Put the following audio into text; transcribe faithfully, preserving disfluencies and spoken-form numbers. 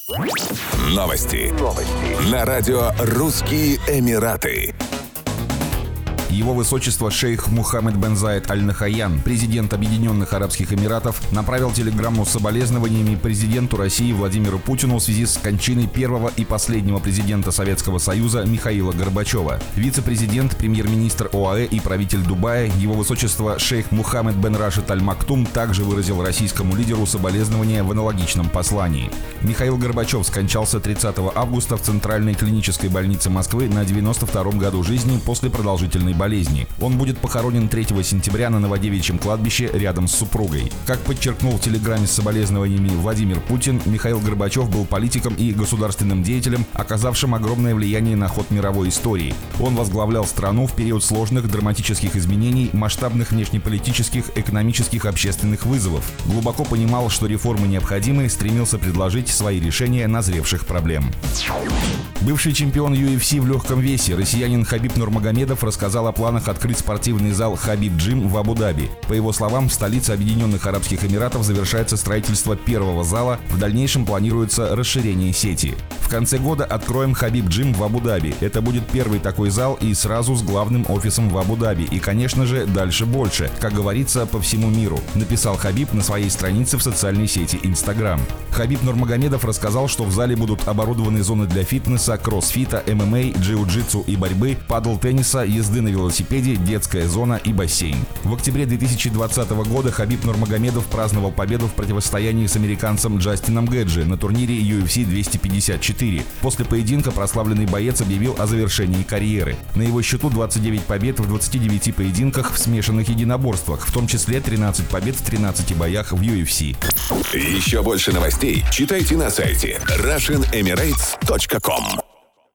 Новости. Новости. На радио «Русские Эмираты». Его высочество шейх Мухаммед бен Заид Аль Нахаян, президент Объединенных Арабских Эмиратов, направил телеграмму с соболезнованиями президенту России Владимиру Путину в связи с кончиной первого и последнего президента Советского Союза Михаила Горбачева. Вице-президент, премьер-министр ОАЭ и правитель Дубая, его высочество шейх Мухаммед бен Рашид Аль Мактум, также выразил российскому лидеру соболезнования в аналогичном послании. Михаил Горбачев скончался тридцатого августа в Центральной клинической больнице Москвы на девяносто втором году жизни после продолжительной болезни. Он будет похоронен третьего сентября на Новодевичьем кладбище рядом с супругой. Как подчеркнул в телеграмме с соболезнованиями Владимир Путин, Михаил Горбачев был политиком и государственным деятелем, оказавшим огромное влияние на ход мировой истории. Он возглавлял страну в период сложных драматических изменений, масштабных внешнеполитических, экономических, общественных вызовов. Глубоко понимал, что реформы необходимы, стремился предложить свои решения назревших проблем. Бывший чемпион ю эф си в легком весе, россиянин Хабиб Нурмагомедов рассказал о планах открыть спортивный зал «Хабиб Джим» в Абу-Даби. По его словам, в столице Объединенных Арабских Эмиратов завершается строительство первого зала, в дальнейшем планируется расширение сети. В конце года откроем «Хабиб Джим» в Абу-Даби. Это будет первый такой зал и сразу с главным офисом в Абу-Даби. И, конечно же, дальше больше, как говорится, по всему миру, написал Хабиб на своей странице в социальной сети Instagram. Хабиб Нурмагомедов рассказал, что в зале будут оборудованы зоны для фитнеса, кроссфита, эм эм а, джиу-джитсу и борьбы, падл-тенниса, езды на велосипеде, детская зона и бассейн. В октябре две тысячи двадцатого года Хабиб Нурмагомедов праздновал победу в противостоянии с американцем Джастином Гэджи на турнире ю эф си двести пятьдесят четыре. После поединка прославленный боец объявил о завершении карьеры. На его счету двадцать девять побед в двадцати девяти поединках в смешанных единоборствах, в том числе тринадцать побед в тринадцати боях в ю эф си. Еще больше новостей читайте на сайте Russian Emirates точка ком.